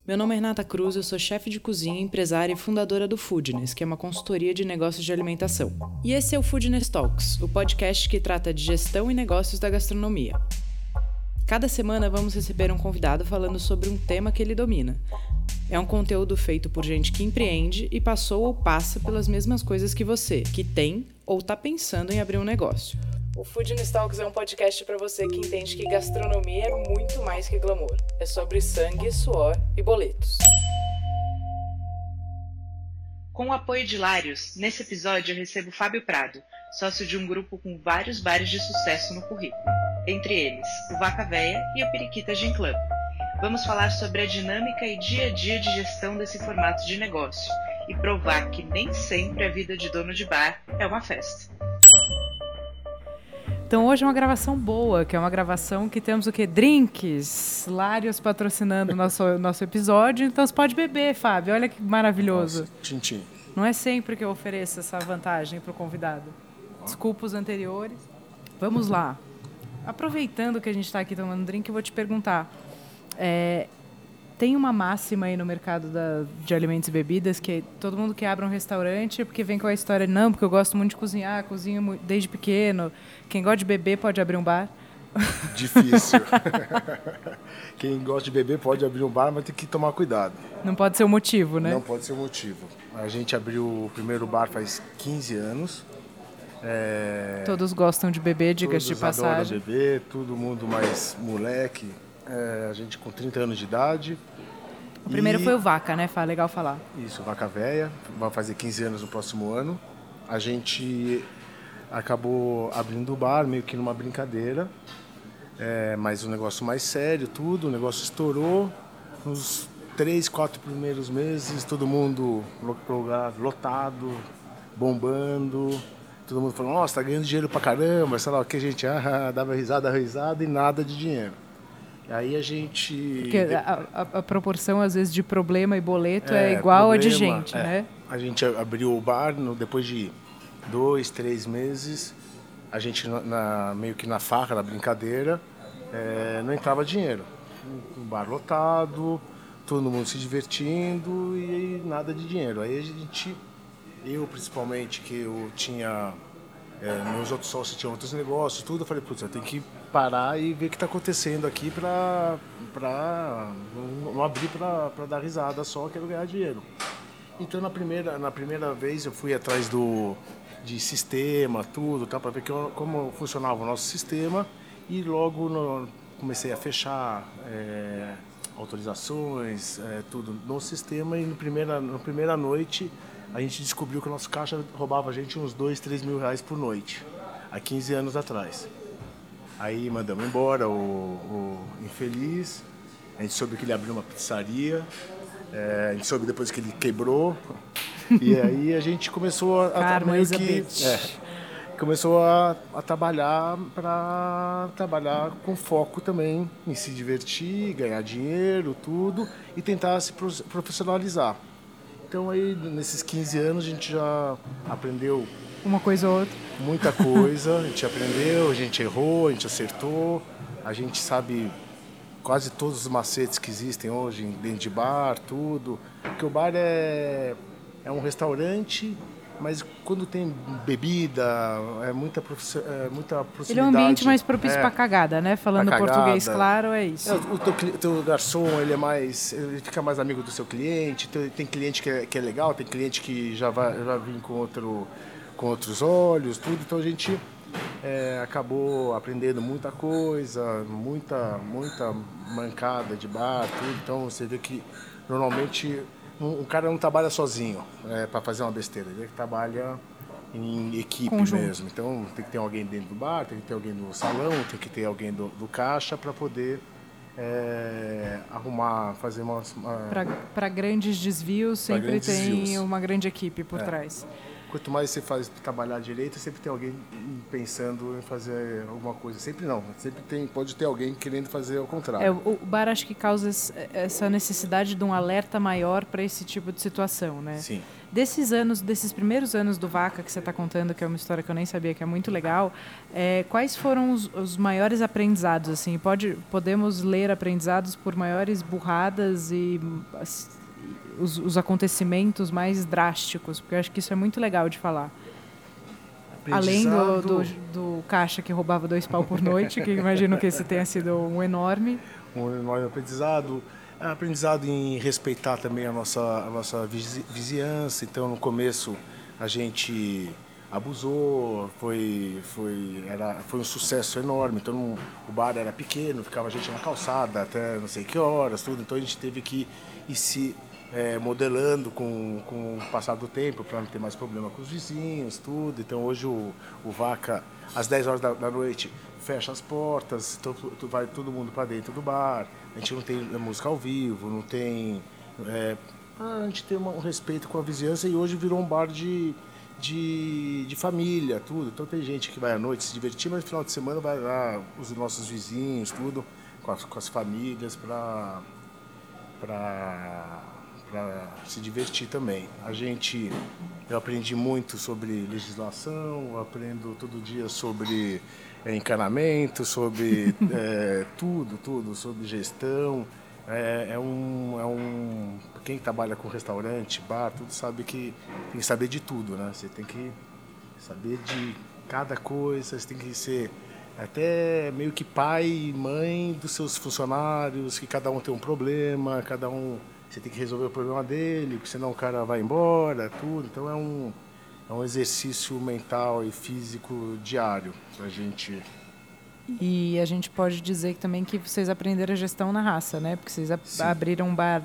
Meu nome é Renata Cruz, eu sou chefe de cozinha, empresária e fundadora do Foodness, que é uma consultoria de negócios de alimentação. E esse é o Foodness Talks, o podcast que trata de gestão e negócios da gastronomia. Cada semana vamos receber um convidado falando sobre um tema que ele domina. É um conteúdo feito por gente que empreende e passou ou passa pelas mesmas coisas que você, que tem ou está pensando em abrir um negócio. O Foodness Talks é um podcast para você que entende que gastronomia é muito mais que glamour. É sobre sangue, suor e boletos. Com o apoio de Lários, nesse episódio eu recebo Fábio Prado, sócio de um grupo com vários bares de sucesso no currículo. Entre eles, o Vaca Véia e o Periquita Gin Club. Vamos falar sobre a dinâmica e dia a dia de gestão desse formato de negócio e provar que nem sempre a vida de dono de bar é uma festa. Então hoje é uma gravação boa, que é uma gravação que temos o quê? Drinks, Lários patrocinando o nosso episódio, então você pode beber, Fábio, olha que maravilhoso. Nossa, tchim-tchim. Não é sempre que eu ofereço essa vantagem para o convidado. Desculpa os anteriores. Vamos lá. Aproveitando que a gente está aqui tomando drink, eu vou te perguntar. Tem uma máxima aí no mercado de alimentos e bebidas que todo mundo que abre um restaurante, porque vem com a história, não, porque eu gosto muito de cozinhar, cozinho desde pequeno. Quem gosta de beber pode abrir um bar? Difícil. Quem gosta de beber pode abrir um bar, mas tem que tomar cuidado. Não pode ser o motivo, né? Não pode ser o motivo. A gente abriu o primeiro bar faz 15 anos. Todos gostam de beber, dicas de passagem. Todos adoram beber, todo mundo mais moleque. A gente com 30 anos de idade. O primeiro foi o Vaca, né? Legal falar. Isso, Vaca Véia. Vai fazer 15 anos no próximo ano. A gente acabou abrindo o bar meio que numa brincadeira. Mas um negócio mais sério, tudo. O negócio estourou. Nos 3, 4 primeiros meses, todo mundo lotado, bombando. Todo mundo falou, nossa, tá ganhando dinheiro pra caramba. Sei lá o que, a gente dava risada e nada de dinheiro. Aí a gente... Porque a proporção, às vezes, de problema e boleto é igual a de gente, né? A gente abriu o bar depois de 2, 3 meses. A gente, meio que na farra, na brincadeira, não entrava dinheiro. O bar lotado, todo mundo se divertindo e nada de dinheiro. Aí a gente, eu principalmente, que eu tinha... meus outros sócios tinham outros negócios, tudo. Eu falei, putz, eu tenho que parar e ver o que está acontecendo aqui para não abrir para dar risada só, quero ganhar dinheiro. Então, na primeira vez, eu fui atrás de sistema, tudo, tá, para ver como funcionava o nosso sistema. E logo comecei a fechar autorizações, tudo no sistema. E na primeira noite, a gente descobriu que o nosso caixa roubava a gente uns 2, 3 mil reais por noite, há 15 anos atrás. Aí mandamos embora o infeliz, a gente soube que ele abriu uma pizzaria, a gente soube depois que ele quebrou, e aí a gente começou começou a trabalhar para trabalhar com foco também em se divertir, ganhar dinheiro, tudo, e tentar se profissionalizar. Então aí, nesses 15 anos, a gente já aprendeu... Uma coisa ou outra. Muita coisa, a gente aprendeu, a gente errou, a gente acertou. A gente sabe quase todos os macetes que existem hoje dentro de bar, tudo. Porque o bar é um restaurante, mas quando tem bebida, é muita proximidade. Ele é um ambiente mais propício para cagada, né? Falando português claro, é isso. O teu garçom, ele fica mais amigo do seu cliente. Tem cliente que é legal, tem cliente que já vem com outros olhos, tudo. Então a gente acabou aprendendo muita coisa, muita mancada de bar, tudo. Então você vê que normalmente um cara não trabalha sozinho para fazer uma besteira, ele trabalha em equipe conjunto mesmo. Então tem que ter alguém dentro do bar, tem que ter alguém no salão, tem que ter alguém do caixa para poder arrumar, fazer para grandes desvios sempre tem uma grande equipe por trás. Quanto mais você faz trabalhar direito, sempre tem alguém pensando em fazer alguma coisa. Sempre não, pode ter alguém querendo fazer ao contrário. O bar acho que causa essa necessidade de um alerta maior para esse tipo de situação, né? Sim. Desses primeiros anos do Vaca que você está contando, que é uma história que eu nem sabia, que é muito legal, quais foram os maiores aprendizados? Assim, podemos ler aprendizados por maiores burradas e os acontecimentos mais drásticos, porque eu acho que isso é muito legal de falar. Além do caixa que roubava 2 pau por noite, que imagino que esse tenha sido um enorme. Um enorme aprendizado. Aprendizado em respeitar também a nossa vizinhança. Então, no começo, a gente abusou, foi um sucesso enorme. Então, o bar era pequeno, ficava a gente na calçada até não sei que horas, tudo. Então, a gente teve que ir se modelando com o passar do tempo para não ter mais problema com os vizinhos, tudo. Então, hoje, o Vaca, às 10 horas da noite, fecha as portas, então vai todo mundo para dentro do bar. A gente não tem música ao vivo, não tem... a gente tem um respeito com a vizinhança e hoje virou um bar de família, tudo. Então tem gente que vai à noite se divertir, mas no final de semana vai lá os nossos vizinhos, tudo, com as famílias para se divertir também. Eu aprendi muito sobre legislação, eu aprendo todo dia sobre encanamento, sobre tudo, sobre gestão. Quem trabalha com restaurante, bar, tudo sabe que tem que saber de tudo, né? Você tem que saber de cada coisa, você tem que ser até meio que pai e mãe dos seus funcionários, que cada um tem um problema, você tem que resolver o problema dele, porque senão o cara vai embora, tudo. Então é um exercício mental e físico diário pra gente. E a gente pode dizer também que vocês aprenderam a gestão na raça, né? Porque vocês abriram um bar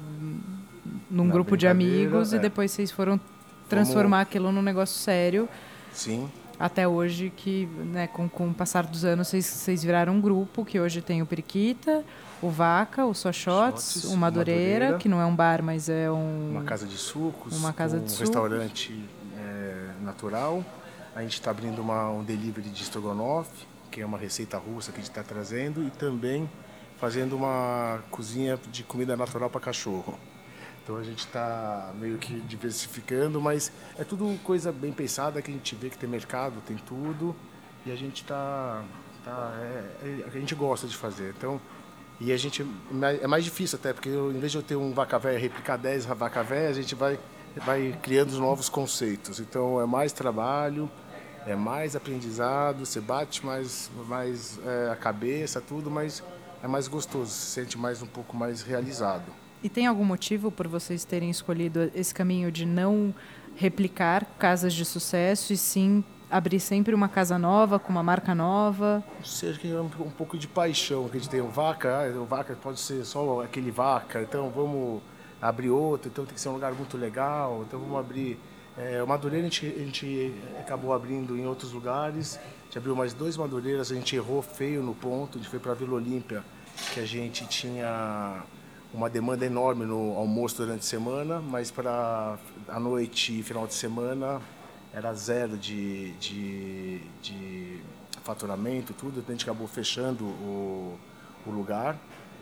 num grupo de amigos e depois vocês foram transformar aquilo num negócio sério. Sim. Até hoje, que, né, com o passar dos anos, vocês viraram um grupo que hoje tem o Periquita, o Vaca, o Só Shots, o Madureira, que não é um bar, mas é uma casa de sucos, um restaurante natural. A gente está abrindo um delivery de estrogonofe, que é uma receita russa que a gente está trazendo, e também fazendo uma cozinha de comida natural para cachorro. Então a gente está meio que diversificando, mas é tudo coisa bem pensada, que a gente vê que tem mercado, tem tudo, e a gente a gente gosta de fazer. Então, e a gente é mais difícil até, porque em vez de eu ter um Vaca Véia replicar 10 Vaca Véia, a gente vai criando os novos conceitos. Então é mais trabalho, é mais aprendizado, você bate mais a cabeça, tudo, mas é mais gostoso, se sente um pouco mais realizado. E tem algum motivo por vocês terem escolhido esse caminho de não replicar casas de sucesso e sim abrir sempre uma casa nova, com uma marca nova? Acho que é um pouco de paixão que a gente tem. O Vaca pode ser só aquele Vaca, então vamos abrir outro, então tem que ser um lugar muito legal, então vamos abrir... o Madureira a gente acabou abrindo em outros lugares, a gente abriu mais 2 Madureiras, a gente errou feio no ponto, a gente foi para a Vila Olímpia, que a gente tinha uma demanda enorme no almoço durante a semana, mas para a noite e final de semana era zero de faturamento, tudo, então a gente acabou fechando o lugar.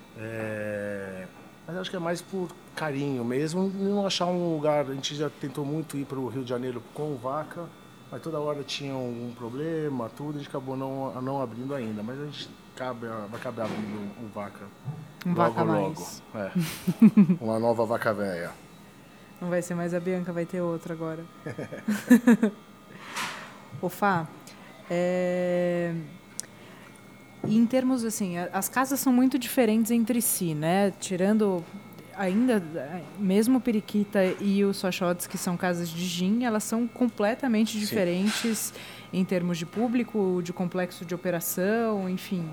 Mas acho que é mais por carinho mesmo, não achar um lugar. A gente já tentou muito ir para o Rio de Janeiro com o Vaca, mas toda hora tinha um problema, tudo, a gente acabou não abrindo ainda, mas a gente vai acabar abrindo o Vaca. Logo. Uma nova Vaca Véia. Não vai ser mais a Bianca, vai ter outra agora. Ô Fá, em termos assim, as casas são muito diferentes entre si, né? Tirando ainda, mesmo o Periquita e o Só Shots, que são casas de gin, elas são completamente diferentes em termos de público, de complexo de operação, enfim.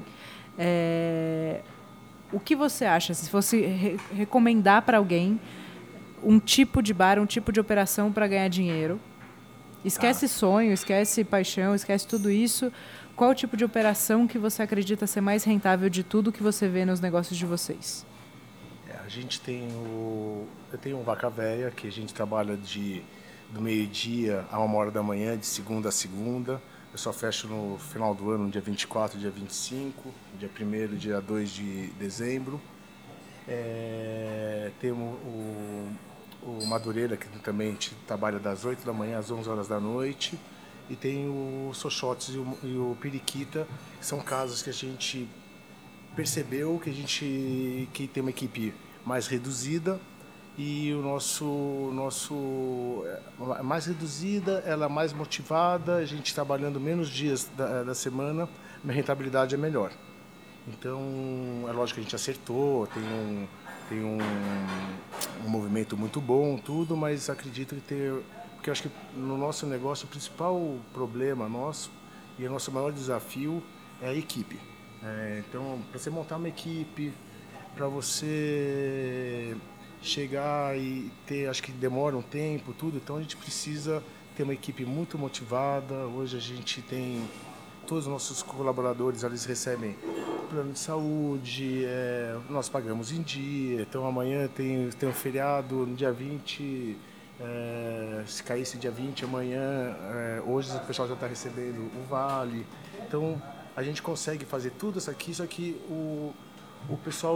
O que você acha, se fosse recomendar para alguém um tipo de bar, um tipo de operação para ganhar dinheiro? Esquece sonho, esquece paixão, esquece tudo isso. Qual o tipo de operação que você acredita ser mais rentável de tudo que você vê nos negócios de vocês? A gente tem eu tenho um Vaca Véia, que a gente trabalha do meio-dia a 1h da manhã, de segunda a segunda. Eu só fecho no final do ano, dia 24, dia 25, dia 1º, dia 2 de dezembro. Temos o Madureira, que também a gente trabalha das 8 da manhã às 11 horas da noite. E tem o Sochotes e o Periquita, que são casas que a gente percebeu que tem uma equipe mais reduzida. E o nosso mais reduzida, ela mais motivada, a gente trabalhando menos dias da semana, a rentabilidade é melhor. Então, é lógico que a gente acertou, tem um movimento muito bom, tudo, mas acredito porque eu acho que no nosso negócio o principal problema nosso e o nosso maior desafio é a equipe. Então, para você montar uma equipe, para você chegar e ter, acho que demora um tempo, tudo, então a gente precisa ter uma equipe muito motivada. Hoje a gente tem todos os nossos colaboradores, eles recebem plano de saúde, nós pagamos em dia, então amanhã tem um feriado no dia 20, se caísse dia 20 amanhã, hoje o pessoal já está recebendo o vale, então a gente consegue fazer tudo isso aqui, só que o pessoal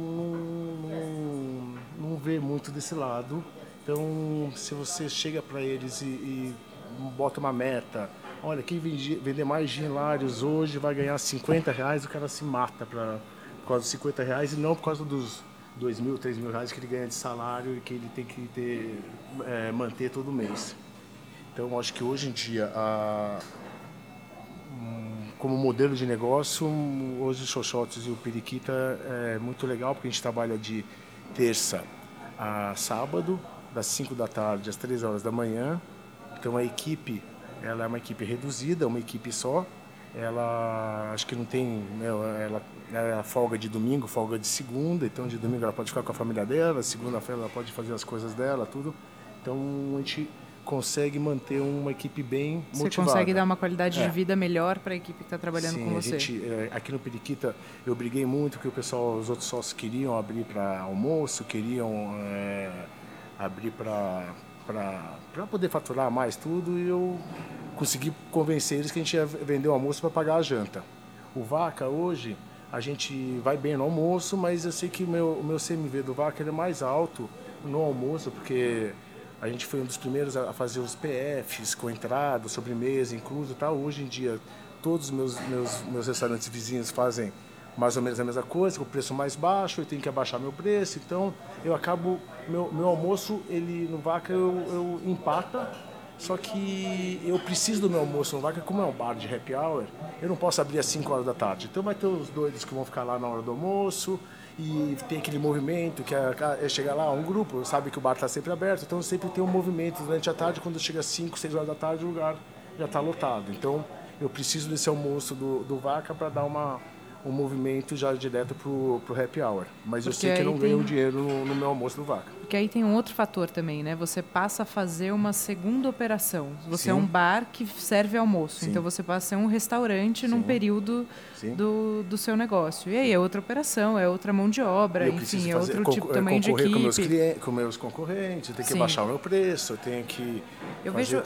não vê muito desse lado. Então, se você chega para eles e bota uma meta, olha, quem vender mais gin Hilários hoje vai ganhar R$50, o cara se mata por causa dos R$50 e não por causa dos R$2.000, R$3.000 que ele ganha de salário e que ele tem que manter todo mês. Então, acho que hoje em dia, como modelo de negócio, hoje o Xoxotes e o Periquita é muito legal, porque a gente trabalha de terça a sábado, das 5 da tarde às 3 horas da manhã. Então a equipe, ela é uma equipe reduzida, uma equipe só. Ela, acho que não tem, ela folga de domingo, folga de segunda, então de domingo ela pode ficar com a família dela, segunda-feira ela pode fazer as coisas dela, tudo. Então a gente consegue manter uma equipe bem motivada. Você consegue dar uma qualidade de vida melhor para a equipe que está trabalhando Sim, com você. Aqui no Periquita eu briguei muito porque os outros sócios queriam abrir para almoço, queriam abrir para poder faturar mais tudo, e eu consegui convencer eles que a gente ia vender o almoço para pagar a janta. O Vaca hoje, a gente vai bem no almoço, mas eu sei que o meu CMV do Vaca ele é mais alto no almoço, porque a gente foi um dos primeiros a fazer os PFs com entrada, sobremesa, incluso, tá? Hoje em dia, todos os meus restaurantes vizinhos fazem mais ou menos a mesma coisa, com o preço mais baixo, eu tenho que abaixar meu preço, então eu acabo, meu almoço, ele no Vaca eu empata, só que eu preciso do meu almoço no Vaca, como é um bar de happy hour, eu não posso abrir às 5 horas da tarde, então vai ter os doidos que vão ficar lá na hora do almoço, e tem aquele movimento que chega lá, um grupo, sabe que o bar está sempre aberto, então sempre tem um movimento durante a tarde, quando chega às 5, 6 horas da tarde o lugar já está lotado. Então eu preciso desse almoço do Vaca para dar um movimento já direto pro happy hour. Mas porque eu sei que eu não ganho dinheiro no meu almoço do Vaca. Porque aí tem um outro fator também, né? Você passa a fazer uma segunda operação. Você Sim. é um bar que serve almoço. Sim. Então você passa a ser um restaurante num período do seu negócio. E aí é outra operação, é outra mão de obra, enfim, é outro tipo também de equipe. Com meus concorrentes, eu tenho que baixar o meu preço, eu tenho que eu vejo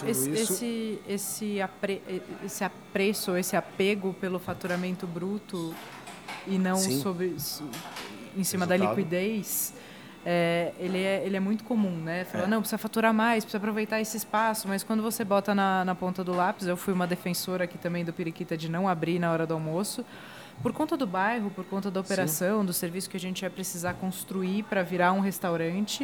esse apreço, esse apego pelo faturamento bruto e não em cima da liquidez. Ele é muito comum, né? Fala, não, precisa faturar mais, precisa aproveitar esse espaço, mas quando você bota na ponta do lápis, eu fui uma defensora aqui também do Periquita de não abrir na hora do almoço, por conta do bairro, por conta da operação, do serviço que a gente vai precisar construir para virar um restaurante.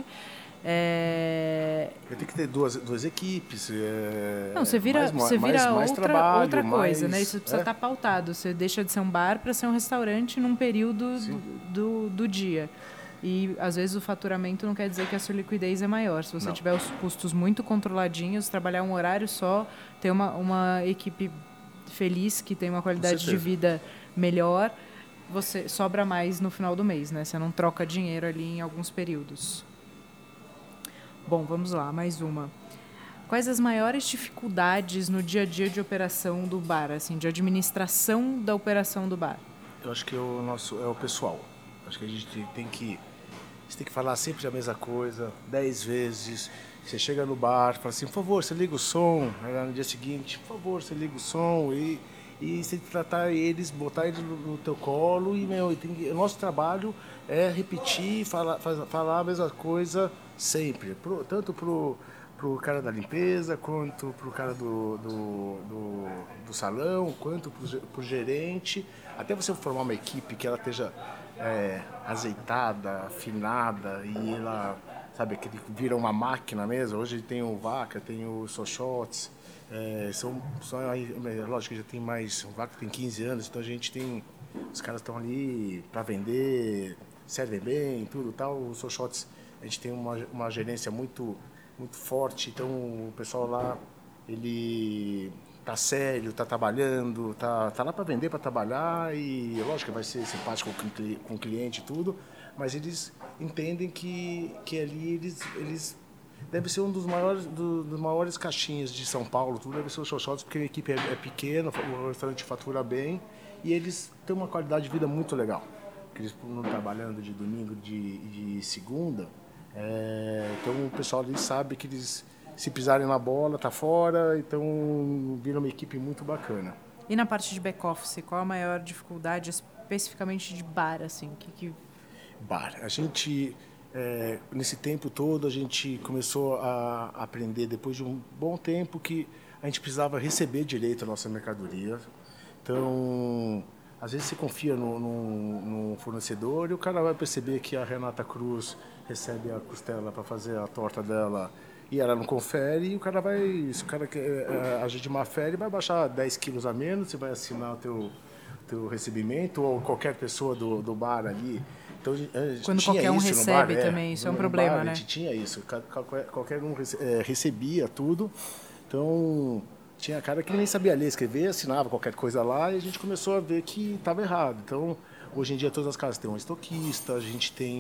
Eu tenho que ter duas equipes. Não, você vira mais trabalho, outra coisa, mais, né? Isso precisa estar pautado. Você deixa de ser um bar para ser um restaurante num período do dia. E, às vezes, o faturamento não quer dizer que a sua liquidez é maior. Se você tiver os custos muito controladinhos, trabalhar um horário só, ter uma equipe feliz, que tem uma qualidade de vida melhor, você sobra mais no final do mês, né? Você não troca dinheiro ali em alguns períodos. Bom, vamos lá, mais uma. Quais as maiores dificuldades no dia a dia de operação do bar, assim, de administração da operação do bar? Eu acho que o nosso é o pessoal. Acho que a gente tem que falar sempre a mesma coisa, 10 vezes. Você chega no bar, fala assim, por favor, você liga o som. Aí no dia seguinte, por favor, você liga o som. E e você tem que tratar eles, botar eles no teu colo e, o nosso trabalho é repetir, falar a mesma coisa sempre, tanto pro cara da limpeza, quanto pro cara do salão, quanto pro gerente, até você formar uma equipe que ela esteja azeitada, afinada e ela, sabe, que vira uma máquina mesmo. Hoje tem o Vaca, tem o Sochotes, lógico que já tem mais, o Vaca tem 15 anos, então a gente tem, os caras estão ali para vender, servem bem, tudo tal. O Sochotes, a gente tem uma gerência muito forte, então o pessoal lá, ele tá sério, tá trabalhando, tá lá para vender, para trabalhar, e lógico que vai ser simpático com o cliente e tudo, mas eles entendem que ali eles deve ser um dos maiores caixinhas de São Paulo, tudo deve ser o Sochotes, porque a equipe é pequena, o restaurante fatura bem, e eles têm uma qualidade de vida muito legal, porque eles não trabalhando de domingo, de segunda. Então o pessoal ali sabe que eles, se pisarem na bola, tá fora, então vira uma equipe muito bacana. E na parte de back-office, qual a maior dificuldade especificamente de bar, assim? Bar. A gente, nesse tempo todo, a gente começou a aprender, depois de um bom tempo, que a gente precisava receber direito a nossa mercadoria. Então, às vezes você confia no fornecedor e o cara vai perceber que a Renata Cruz recebe a costela para fazer a torta dela e ela não confere, e o cara vai, se o cara quer agir de má fé, ele vai baixar 10 quilos a menos, você vai assinar o teu recebimento, ou qualquer pessoa do bar ali. Então, quando qualquer um recebe também, isso é um problema, né? A gente tinha isso, qualquer um recebia tudo, então tinha cara que nem sabia ler, escrever, assinava qualquer coisa lá, e a gente começou a ver que estava errado. Então, hoje em dia, todas as casas têm um estoquista, a gente tem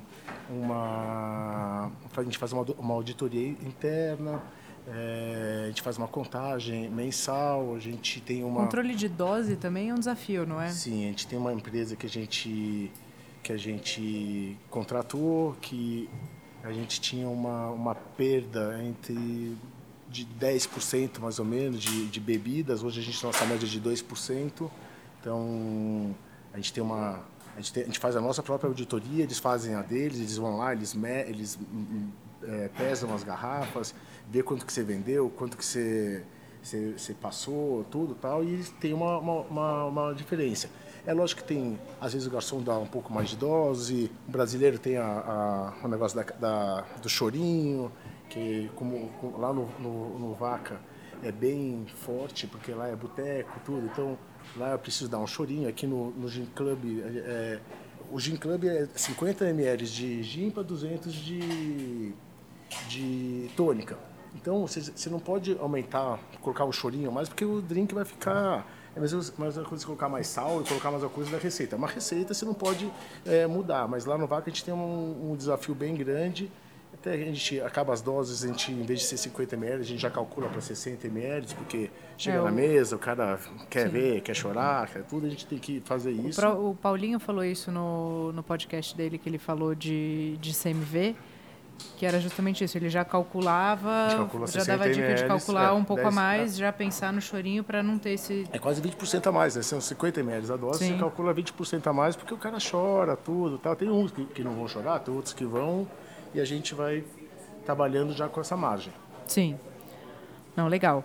a gente faz uma auditoria interna, a gente faz uma contagem mensal, a gente tem uma... Controle de dose também é um desafio, não é? Sim, a gente tem uma empresa que a gente contratou, que a gente tinha uma perda de 10% mais ou menos de bebidas. Hoje a gente tem nossa média de 2%. Então a gente faz a nossa própria auditoria, eles fazem a deles, eles vão lá, eles pesam as garrafas, vê quanto que você vendeu, quanto que você passou, tudo tal, e tem uma diferença. É lógico que tem, às vezes o garçom dá um pouco mais de dose, o brasileiro tem o negócio do chorinho, que lá no Vaca é bem forte, porque lá é boteco, tudo, então lá eu preciso dar um chorinho. Aqui no Gin Club, o Gin Club é 50 ml de gin para 200 de tônica. Então você não pode colocar o chorinho mais, porque o drink vai ficar... É a mesma coisa colocar mais sal e colocar mais uma coisa da receita. Uma receita você não pode mudar, mas lá no Vaca a gente tem um desafio bem grande. Até a gente acaba as doses, a gente, em vez de ser 50 ml, a gente já calcula para 60 ml, porque chega na mesa, o cara quer ver, quer chorar, quer tudo, a gente tem que fazer isso. O Paulinho falou isso no podcast dele, que ele falou de CMV, que era justamente isso, ele já calculava, já dava a dica de calcular um pouco 10, a mais, já pensar no chorinho para não ter esse... É quase 20% a mais, né? São 50 ml a dose, Sim. Você calcula 20% a mais, porque o cara chora, tudo, tal. Tem uns que não vão chorar, tem outros que vão, e a gente vai trabalhando já com essa margem. Sim. Não, legal.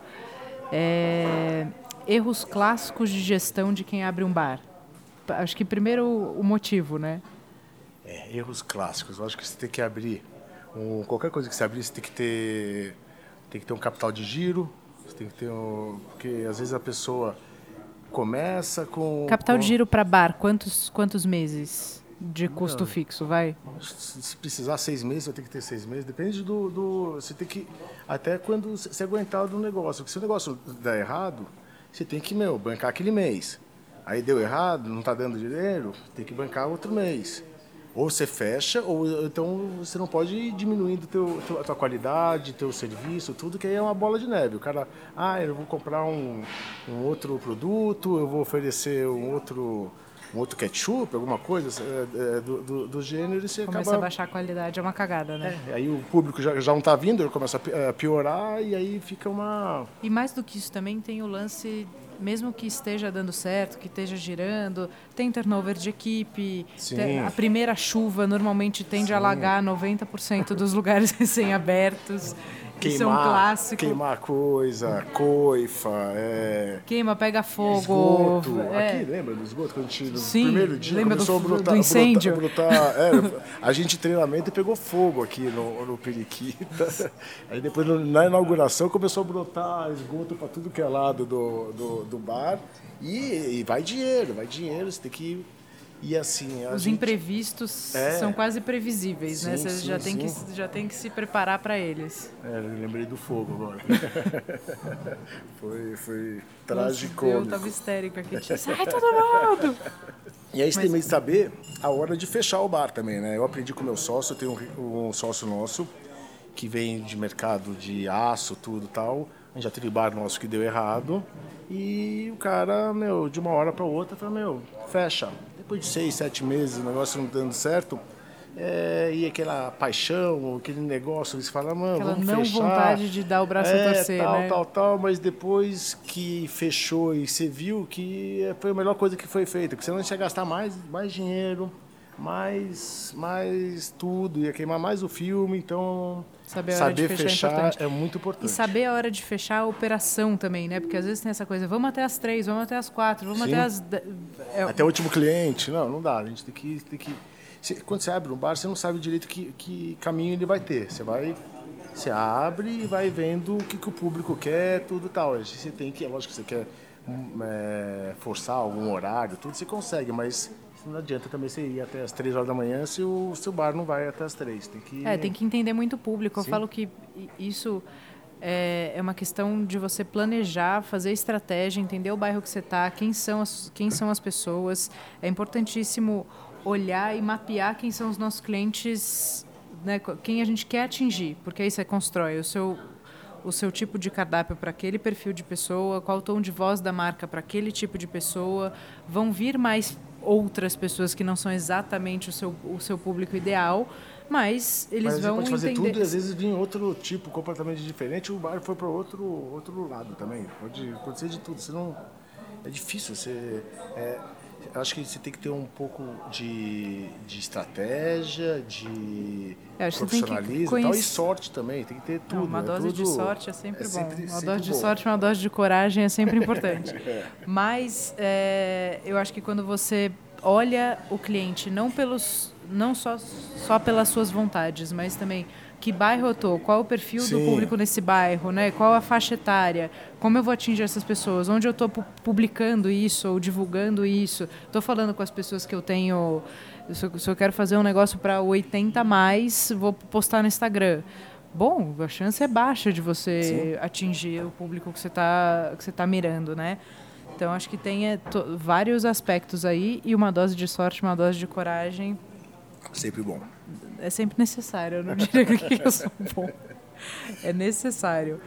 Erros clássicos de gestão de quem abre um bar. Acho que primeiro o motivo, né? Erros clássicos. Eu acho que você tem que abrir... qualquer coisa que você abrir, você tem que ter um capital de giro, você tem que ter porque às vezes a pessoa começa com... Capital de giro para bar, quantos meses de custo fixo, vai? Se precisar 6 meses, vai ter que ter 6 meses, depende você tem que... Até quando você aguentar do negócio, porque se o negócio der errado, você tem que, bancar aquele mês. Aí deu errado, não está dando dinheiro, tem que bancar outro mês. Ou você fecha, ou então você não pode ir diminuindo a tua qualidade, teu serviço, tudo, que aí é uma bola de neve. O cara, eu vou comprar um outro produto, eu vou oferecer um outro ketchup, alguma coisa do gênero, e você começa a baixar a qualidade, é uma cagada, né? Aí o público já não está vindo, ele começa a piorar, e aí fica uma... E mais do que isso também tem o lance mesmo que esteja dando certo, que esteja girando, tem turnover de equipe, a primeira chuva normalmente tende a alagar 90% dos lugares recém-abertos. Isso é um clássico. Queimar coisa, coifa, queima, pega fogo. Esgoto. Aqui, lembra do esgoto? Quando a gente, no primeiro dia, lembra começou do incêndio? A gente em treinamento e pegou fogo aqui no Periquita. Aí depois, na inauguração, começou a brotar esgoto para tudo que é lado do bar. E vai dinheiro, você tem que... E assim, os imprevistos são quase previsíveis, né? Você já tem que se preparar para eles. Eu lembrei do fogo agora. foi trágico. Eu estava histérico aqui. Sai todo mundo! E aí você tem meio que saber a hora de fechar o bar também, né? Eu aprendi com o meu sócio, eu tenho um sócio nosso que vem de mercado de aço, tudo e tal. A gente já teve bar nosso que deu errado. E o cara, de uma hora para outra, falou, fecha. Depois de 6, 7 meses, o negócio não dando certo, e aquela paixão, aquele negócio, você fala, mano, vamos fechar. Aquela não vontade de dar o braço a torcer, né? Tal, mas depois que fechou e você viu que foi a melhor coisa que foi feita, porque senão a gente ia gastar mais dinheiro, mais tudo, ia queimar mais o filme, então... Saber fechar é muito importante. E saber a hora de fechar a operação também, né? Porque às vezes tem essa coisa, vamos até as 3, vamos até as 4, vamos até as... Até o último cliente. Não dá. A gente tem que... Quando você abre um bar, você não sabe direito que caminho ele vai ter. Você abre e vai vendo o que o público quer, tudo e tal. Você tem que... É lógico que você quer forçar algum horário, tudo você consegue, mas... Não adianta também você ir até as 3 horas da manhã se o seu bar não vai até as 3. Tem que entender muito o público. Sim. Eu falo que isso é uma questão de você planejar, fazer estratégia, entender o bairro que você está, quem são as pessoas. É importantíssimo olhar e mapear quem são os nossos clientes, né, quem a gente quer atingir, porque aí você constrói o seu tipo de cardápio para aquele perfil de pessoa, qual o tom de voz da marca para aquele tipo de pessoa. Vão vir mais outras pessoas que não são exatamente o seu público ideal, mas eles vão pode fazer entender... tudo e às vezes vir outro tipo completamente diferente, o bar foi para outro lado também. Pode acontecer de tudo. É difícil. Eu acho que você tem que ter um pouco de estratégia, de profissionalismo e sorte também. Tem que ter tudo. Uma dose de sorte é sempre bom. Uma dose de sorte e uma dose de coragem é sempre importante. Mas eu acho que quando você olha o cliente, não só pelas suas vontades, mas também que bairro eu estou, qual é o perfil do público nesse bairro, né? Qual a faixa etária, como eu vou atingir essas pessoas, onde eu estou publicando isso ou divulgando isso, estou falando com as pessoas que eu tenho, se eu quero fazer um negócio para 80+, vou postar no Instagram. Bom, a chance é baixa de você atingir o público que você tá mirando, né? Então, acho que tem vários aspectos aí e uma dose de sorte, uma dose de coragem. Sempre bom. É sempre necessário, eu não diria que eu sou bom. É necessário.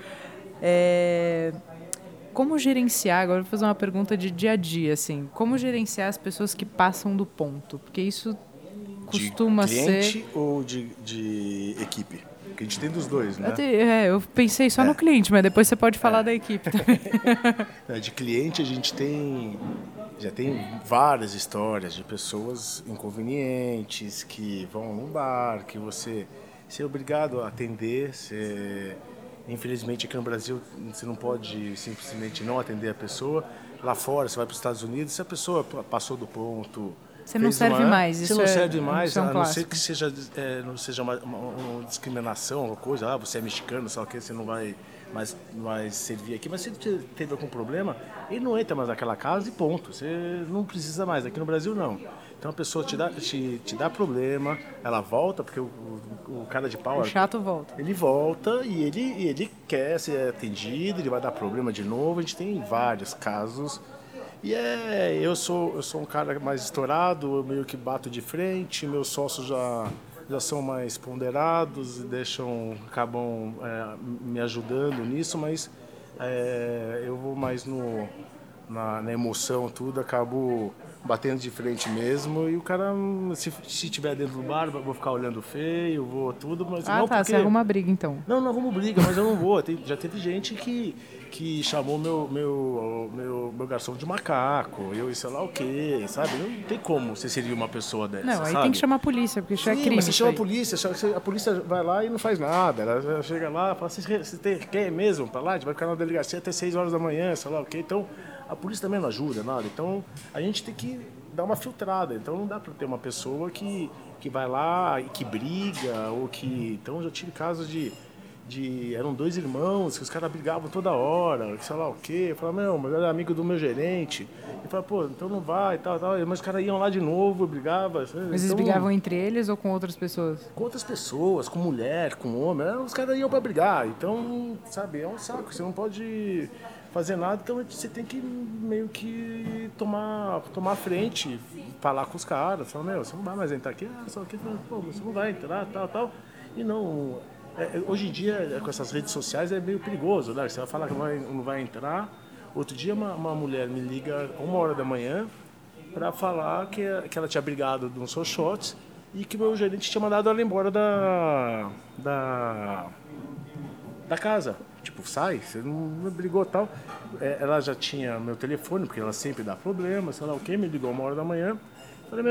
Como gerenciar, agora vou fazer uma pergunta de dia a dia, assim, como gerenciar as pessoas que passam do ponto? Porque isso costuma ser... De cliente ou de equipe? Porque a gente tem dos dois, né? Eu pensei só no cliente, mas depois você pode falar da equipe também. De cliente a gente já tem várias histórias de pessoas inconvenientes que vão num bar, que você é obrigado a atender. Infelizmente, aqui no Brasil, você não pode simplesmente não atender a pessoa. Lá fora, você vai para os Estados Unidos, se a pessoa passou do ponto... Você não serve mais. Você não serve mais, a não ser que seja uma discriminação, uma coisa. Você é mexicano, sei lá o que, você não vai mais servir aqui. Mas se teve algum problema, ele não entra mais naquela casa e ponto. Você não precisa mais. Aqui no Brasil, não. Então a pessoa te dá problema, ela volta, porque o cara de pau... O chato volta. Ele volta e ele quer ser atendido, ele vai dar problema de novo. A gente tem vários casos. E eu sou um cara mais estourado, eu meio que bato de frente, meus sócios já são mais ponderados e acabam me ajudando nisso, mas eu vou mais na emoção, tudo, acabo batendo de frente mesmo, e o cara, se tiver dentro do bar, vou ficar olhando feio, vou tudo, mas não porque... você arruma briga então. Não arrumo briga, mas eu não vou. Já teve gente que chamou meu garçom de macaco, eu sei lá o quê, sabe? Não tem como você seria uma pessoa dessa, não, aí sabe? tem que chamar a polícia, porque isso é crime. Mas você chama a polícia vai lá e não faz nada. Ela chega lá e fala, você quer mesmo pra lá? A gente vai ficar na delegacia até 6 horas da manhã, sei lá o quê. Então, a polícia também não ajuda, nada. Então, a gente tem que dar uma filtrada. Então, não dá pra ter uma pessoa que vai lá e que briga, ou que... Então, eu já tive casos de eram 2 irmãos, que os caras brigavam toda hora, sei lá o quê. Eu falava, mas era amigo do meu gerente. E falava, pô, então não vai, tal. Mas os caras iam lá de novo, brigavam. Mas eles brigavam entre eles ou com outras pessoas? Com outras pessoas, com mulher, com homem. Os caras iam pra brigar. Então, sabe, é um saco. Você não pode fazer nada, então você tem que meio que tomar a frente, falar com os caras. Falar, você não vai mais entrar aqui? Só que, pô, você não vai entrar, tal. E não... hoje em dia, com essas redes sociais, é meio perigoso, né? Você vai falar que não vai entrar. Outro dia, uma mulher me liga 1h da manhã para falar que ela tinha brigado de uns shots e que o meu gerente tinha mandado ela embora da casa. Tipo, sai, você não brigou e tal. Ela já tinha meu telefone, porque ela sempre dá problema, sei lá o quê, me ligou 1h da manhã. Falei,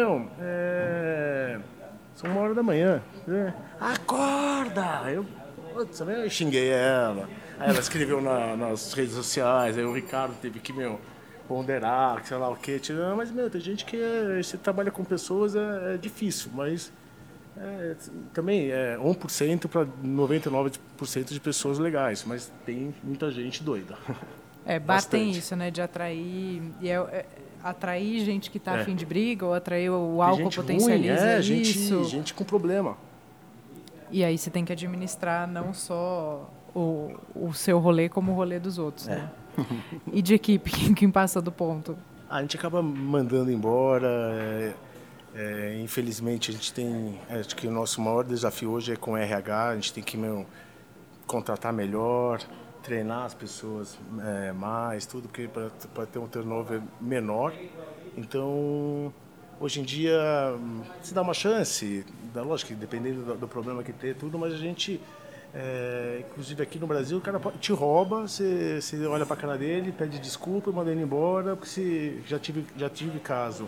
são 1h da manhã. Acorda! Eu xinguei ela. Aí ela escreveu nas redes sociais, aí o Ricardo teve que, ponderar, sei lá o quê. Mas, tem gente que você trabalha com pessoas, é difícil, mas também é 1% para 99% de pessoas legais, mas tem muita gente doida. Bar tem isso, né, de atrair... atrair gente que está a fim de briga, ou atrair o álcool potencializa isso. Gente com problema. E aí você tem que administrar não só o seu rolê, como o rolê dos outros. Né? E de equipe, quem passa do ponto? A gente acaba mandando embora. Infelizmente, a gente tem... Acho que o nosso maior desafio hoje é com RH. A gente tem que contratar melhor, treinar as pessoas mais, tudo, porque para ter um turnover menor. Então, hoje em dia, se dá uma chance, lógico que dependendo do problema que tem, tudo, mas a gente, inclusive aqui no Brasil, o cara te rouba, você olha para a cara dele, pede desculpa e manda ele embora, porque já tive caso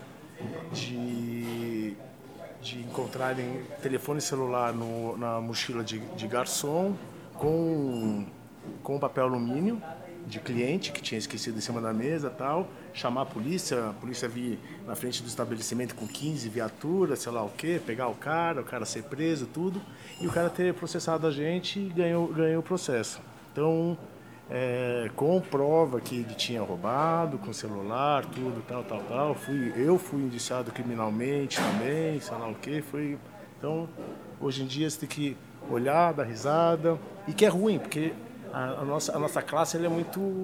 de encontrarem telefone celular na mochila de garçom com papel alumínio de cliente que tinha esquecido em cima da mesa, tal, chamar a polícia vir na frente do estabelecimento com 15 viaturas, sei lá o quê, pegar o cara ser preso, tudo, e o cara ter processado a gente e ganhou o processo. Então, com prova que ele tinha roubado, com celular, tudo, tal, eu fui indiciado criminalmente também, sei lá o quê, então, hoje em dia você tem que olhar, dar risada, e que é ruim, porque a nossa classe ela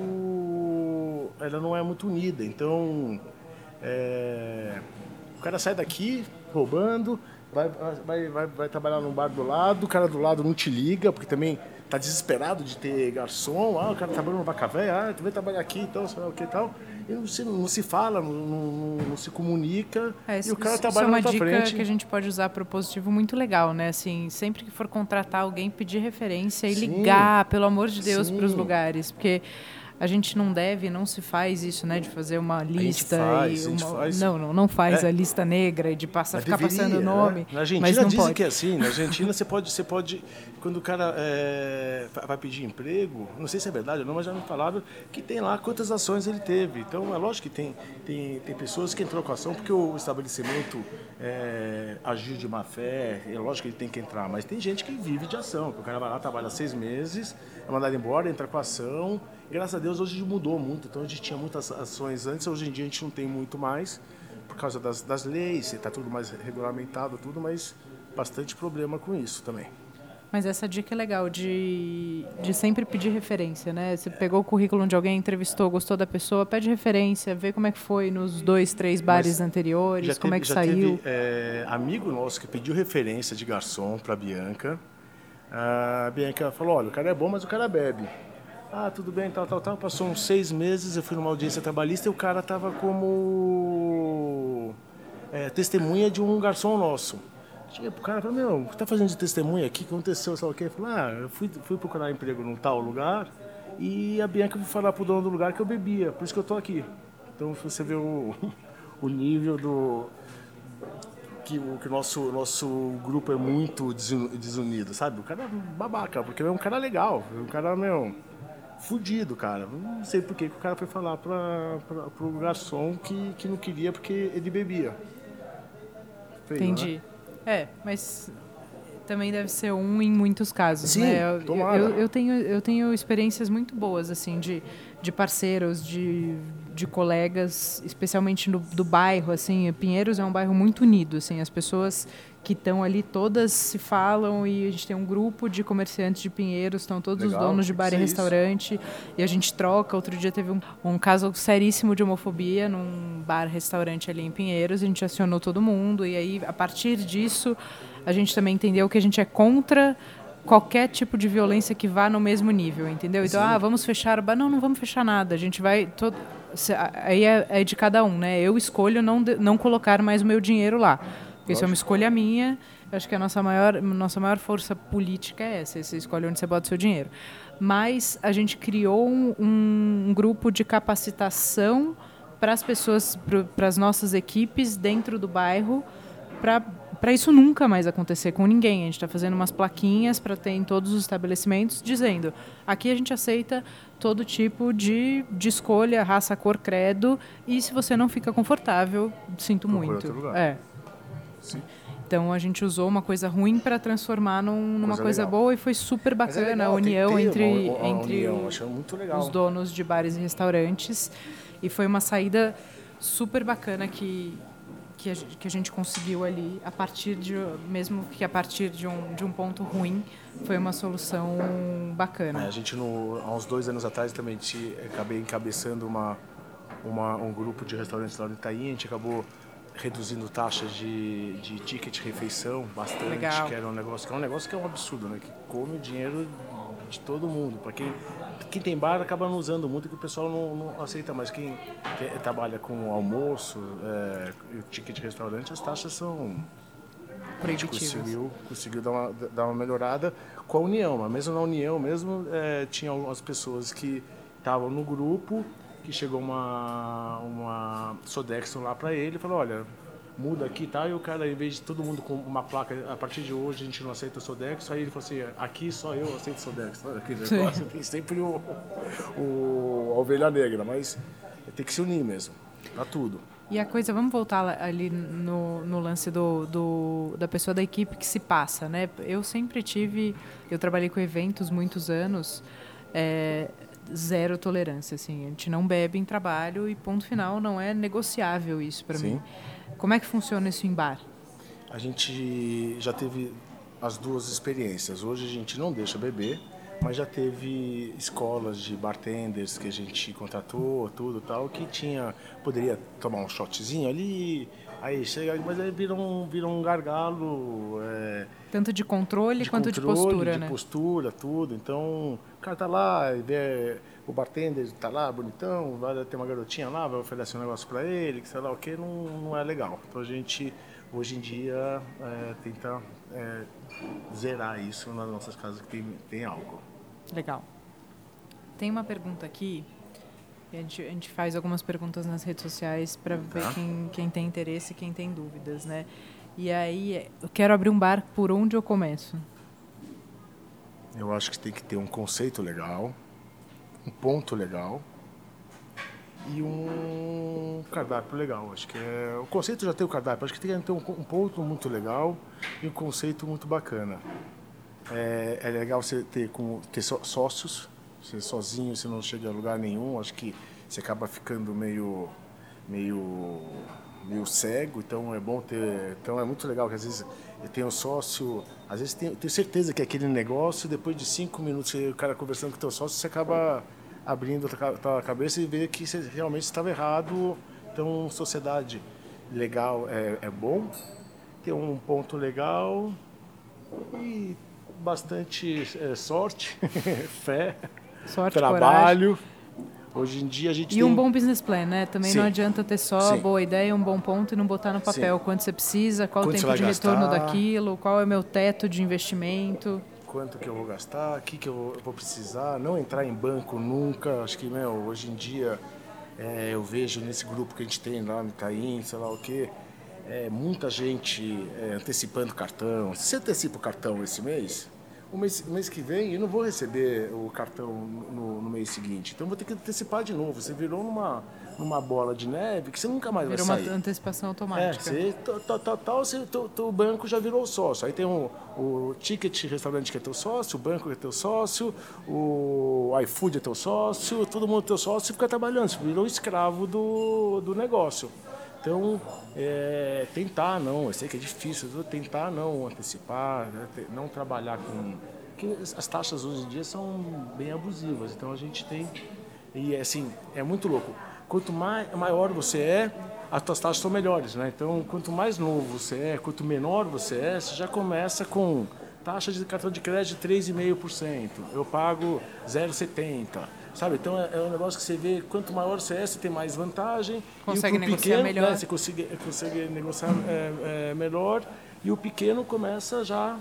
não é muito unida, então o cara sai daqui roubando, vai trabalhar num bar do lado, o cara do lado não te liga, porque também tá desesperado de ter garçom, o cara trabalhando no Vaca Véia, tu vem trabalhar aqui, então, sei lá o que e tal, e não se fala, não se comunica, e o cara trabalha na tua frente. Isso é uma dica que a gente pode usar propositivo muito legal, né? Assim, sempre que for contratar alguém, pedir referência e ligar, pelo amor de Deus, para os lugares, porque a gente não se faz isso, né, de fazer uma lista não faz a lista negra e de ficar passando o nome. Na Argentina dizem que é assim, na Argentina você pode quando o cara vai pedir emprego, não sei se é verdade ou não, mas já me falaram que tem lá quantas ações ele teve. Então é lógico que tem pessoas que entrou com ação porque o estabelecimento agiu de má fé, é lógico que ele tem que entrar, mas tem gente que vive de ação, que o cara vai lá, trabalha 6 meses, é mandado embora, entra com ação. Graças a Deus hoje mudou muito, então a gente tinha muitas ações antes, hoje em dia a gente não tem muito mais, por causa das leis, está tudo mais regulamentado, tudo, mas bastante problema com isso também. Mas essa dica é legal, de sempre pedir referência, né? Você pegou o currículo de alguém, entrevistou, gostou da pessoa, pede referência, vê como é que foi nos 2, 3 bares anteriores, como é que saiu. Teve amigo nosso que pediu referência de garçom para a Bianca. A Bianca falou, olha, o cara é bom, mas o cara bebe. Ah, tudo bem, tal. Passou uns 6 meses, eu fui numa audiência trabalhista e o cara estava como testemunha de um garçom nosso. Cheguei pro cara e falei, o que tá fazendo de testemunha aqui? O que aconteceu? Sabe o quê? Ele falou, eu fui procurar emprego num tal lugar e a Bianca foi falar pro dono do lugar que eu bebia, por isso que eu tô aqui. Então você vê o nível que o nosso grupo é muito desunido, sabe? O cara é babaca, porque é um cara legal, é um cara, fudido, cara. Não sei por que o cara foi falar pro garçom que não queria porque ele bebia. Feio, entendi. Né? Mas também deve ser em muitos casos, sim, né? Tomara. Eu tenho experiências muito boas, assim, de parceiros, de colegas, especialmente do bairro, assim. Pinheiros é um bairro muito unido, assim. As pessoas que estão ali todas se falam e a gente tem um grupo de comerciantes de Pinheiros, estão todos os donos de bar e restaurante e a gente troca. Outro dia teve um caso seríssimo de homofobia num bar-restaurante ali em Pinheiros, a gente acionou todo mundo e aí, a partir disso, a gente também entendeu que a gente é contra qualquer tipo de violência que vá no mesmo nível, entendeu? Então, vamos fechar o bar. Não vamos fechar nada, a gente vai... Aí é de cada um, né? Eu escolho não colocar mais o meu dinheiro lá. Isso é uma escolha minha. Eu acho que a nossa maior força política é essa. Você escolhe onde você bota o seu dinheiro. Mas a gente criou um grupo de capacitação para as pessoas, para as nossas equipes dentro do bairro, para isso nunca mais acontecer com ninguém. A gente está fazendo umas plaquinhas para ter em todos os estabelecimentos dizendo: aqui a gente aceita todo tipo de escolha, raça, cor, credo, e se você não fica confortável, sinto muito. Outro lugar. Sim. Então a gente usou uma coisa ruim para transformar numa coisa boa e foi super bacana a união entre os donos de bares e restaurantes. E foi uma saída super bacana que a gente conseguiu ali, mesmo que a partir de um ponto ruim, foi uma solução bacana. A gente, há uns 2 anos atrás, também acabei encabeçando um grupo de restaurantes lá no Itaim. A gente acabou reduzindo taxas de ticket de refeição bastante. Legal. Que é um negócio que é um absurdo, né? Que come o dinheiro de todo mundo. Para quem tem bar acaba não usando muito, que o pessoal não aceita mais. Quem trabalha com almoço e o ticket de restaurante, as taxas são proibitivas. A gente conseguiu dar uma melhorada com a União, mas mesmo na União tinha algumas pessoas que estavam no grupo, que chegou uma Sodexo lá para ele e falou: olha, muda aqui, tá? E o cara, em vez de todo mundo com uma placa, a partir de hoje a gente não aceita Sodexo, aí ele falou assim: aqui só eu aceito Sodexo. Aquele negócio, tem sempre a ovelha negra, mas tem que se unir mesmo, pra tudo. E a coisa, vamos voltar ali no lance da pessoa da equipe que se passa, né? Eu trabalhei com eventos muitos anos, zero tolerância, assim. A gente não bebe em trabalho e ponto final, não é negociável isso para mim. Como é que funciona isso em bar? A gente já teve as duas experiências. Hoje a gente não deixa beber, mas já teve escolas de bartenders que a gente contratou, tudo tal, que poderia tomar um shotzinho ali, aí chega, mas aí vira um gargalo. Tanto de controle quanto de postura, né? De postura, tudo. Então, o cara tá lá e vê o bartender tá lá, bonitão, vai ter uma garotinha lá, vai oferecer um negócio para ele, que sei lá o que, não é legal. Então a gente, hoje em dia, tenta zerar isso nas nossas casas que tem álcool. Legal. Tem uma pergunta aqui, a gente faz algumas perguntas nas redes sociais para ver quem tem interesse e quem tem dúvidas, né? E aí, eu quero abrir um bar, por onde eu começo? Eu acho que tem que ter um conceito legal, um ponto legal e um cardápio legal. Acho que o conceito já tem o cardápio, acho que tem que ter um ponto muito legal e um conceito muito bacana. É legal você ter sócios. Você sozinho, você não chega a lugar nenhum. Acho que você acaba ficando meio cego. Então é bom ter. Então é muito legal que às vezes eu tenho um sócio. Às vezes tenho certeza que é aquele negócio. Depois de 5 minutos, o cara conversando com o teu sócio, você acaba abrindo a tua cabeça e vê que você realmente estava errado. Então, sociedade legal é bom. Ter um ponto legal e bastante sorte, fé, sorte, trabalho, Hoje em dia a gente tem... um bom business plan, né? Também Sim. Não adianta ter só boa ideia, um bom ponto e não botar no papel. Sim. Quanto você precisa, qual o tempo de retorno daquilo, qual é o meu teto de investimento. Quanto que eu vou gastar, o que eu vou precisar, não entrar em banco nunca. Acho que, hoje em dia, eu vejo nesse grupo que a gente tem lá no Itaim, sei lá o quê, muita gente antecipando cartão. Se você antecipa o cartão esse mês... O mês que vem eu não vou receber o cartão no mês seguinte. Então eu vou ter que antecipar de novo. Você virou numa bola de neve que você nunca mais vai sair. Virou uma antecipação automática. O banco já virou sócio. Aí tem o ticket restaurante que é teu sócio, o banco que é teu sócio, o iFood é teu sócio, todo mundo é teu sócio e fica trabalhando. Você virou escravo do negócio. Então, tentar não, eu sei que é difícil, tentar não antecipar, não trabalhar com... Porque as taxas hoje em dia são bem abusivas, então a gente tem... E assim, é muito louco. Quanto maior você as tuas taxas são melhores, né? Então, quanto mais novo você quanto menor você já começa com taxa de cartão de crédito de 3,5%, eu pago 0,70%. Sabe? Então é um negócio que você vê, quanto maior você tem mais vantagem. Consegue negociar melhor. Né, você consegue negociar melhor. E o pequeno começa já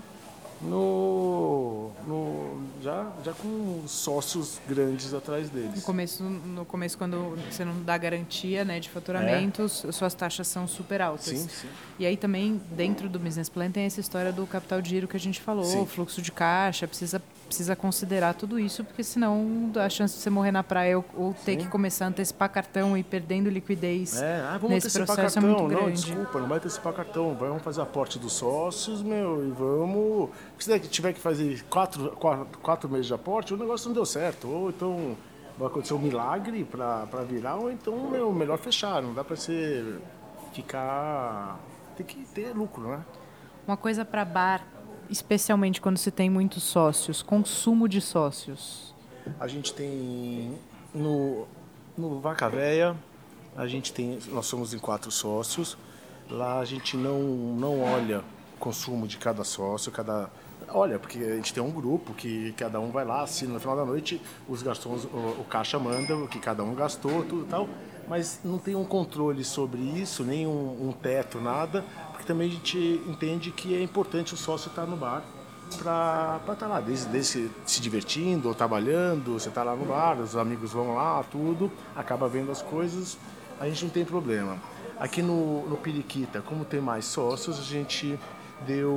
já com sócios grandes atrás deles. No começo quando você não dá garantia, né, de faturamentos, suas taxas são super altas. Sim. E aí também, dentro do business plan, tem essa história do capital de giro que a gente falou, o fluxo de caixa, precisa considerar tudo isso, porque senão a chance de você morrer na praia ou ter que começar a antecipar cartão e perdendo liquidez nesse processo cartão. É muito grande. Não, desculpa, não vai antecipar cartão. Vamos fazer aporte dos sócios, e vamos... Se tiver que fazer 4 meses de aporte, o negócio não deu certo. Ou então vai acontecer um milagre para virar, ou então melhor fechar. Não dá para você ficar... Tem que ter lucro, né? Uma coisa para bar, especialmente quando se tem muitos sócios, consumo de sócios. A gente tem no Vaca Véia, nós somos em 4 sócios. Lá a gente não olha o consumo de cada sócio, olha, porque a gente tem um grupo que cada um vai lá, assina no final da noite, os garçons, o caixa manda o que cada um gastou, tudo e tal, mas não tem um controle sobre isso, nem um teto, nada, porque também a gente entende que é importante o sócio estar no bar para estar lá, desde se divertindo ou trabalhando, você está lá no bar, os amigos vão lá, tudo, acaba vendo as coisas, a gente não tem problema. Aqui no Periquita, como tem mais sócios, a gente deu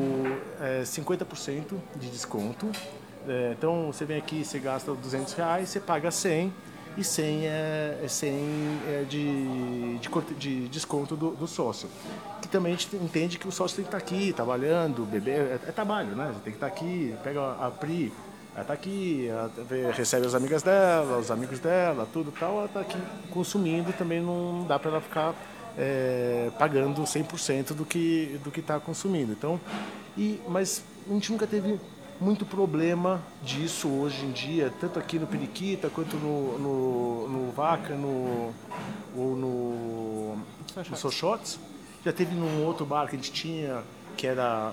50% de desconto. Então você vem aqui, você gasta R$200, você paga 100 e 100 é 100 de desconto do sócio. Que também a gente entende que o sócio tem que estar aqui trabalhando, beber, é trabalho, né? Você tem que estar aqui, pega a Pri, ela está aqui, recebe as amigas dela, os amigos dela, tudo tal, ela está aqui consumindo, também não dá para ela ficar pagando 100% do que está consumindo. Então, mas a gente nunca teve muito problema disso hoje em dia, tanto aqui no Periquita quanto no Vaca, ou no Sochotes. Já teve num outro bar que a gente tinha, que era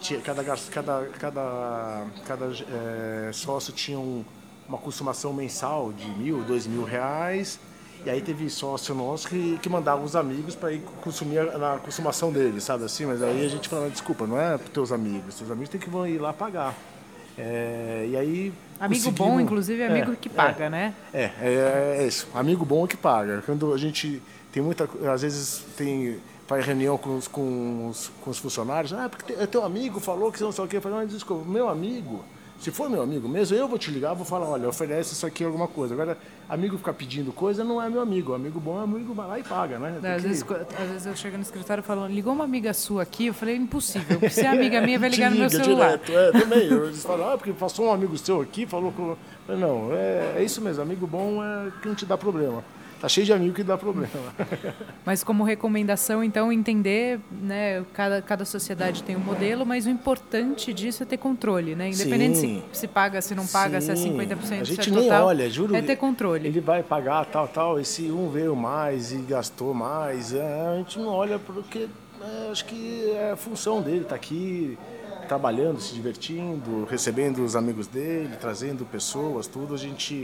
cada sócio tinha uma consumação mensal de R$1.000, R$2.000. E aí teve sócio nosso que mandava os amigos para ir consumir na consumação deles, sabe assim? Mas aí a gente falava, desculpa, não é para teus amigos têm que ir lá pagar. E aí... Amigo bom, inclusive, é amigo que paga, né? É isso, amigo bom é que paga. Quando a gente tem às vezes faz reunião com os funcionários, porque teu amigo falou que você não sei o quê, eu falei, desculpa, meu amigo... Se for meu amigo mesmo, eu vou te ligar, vou falar, olha, oferece isso aqui, alguma coisa. Agora, amigo ficar pedindo coisa não é meu amigo. Amigo bom é amigo, vai lá e paga, né? Às vezes eu chego no escritório falando, ligou uma amiga sua aqui, eu falei, impossível, se é amiga minha, vai ligar no meu celular. Direto, também. Eles falam, porque passou um amigo seu aqui, falou que... Não, é isso mesmo, amigo bom é que não te dá problema. Tá cheio de amigo que dá problema. Mas como recomendação, então, entender, né, cada sociedade tem um modelo, mas o importante disso é ter controle, né? Independente se paga, se não paga, se é 50%, a gente se é nem total, olha, juro. É ter controle. Ele vai pagar tal, e se um veio mais e gastou mais, a gente não olha porque acho que é a função dele, tá aqui trabalhando, se divertindo, recebendo os amigos dele, trazendo pessoas, tudo, a gente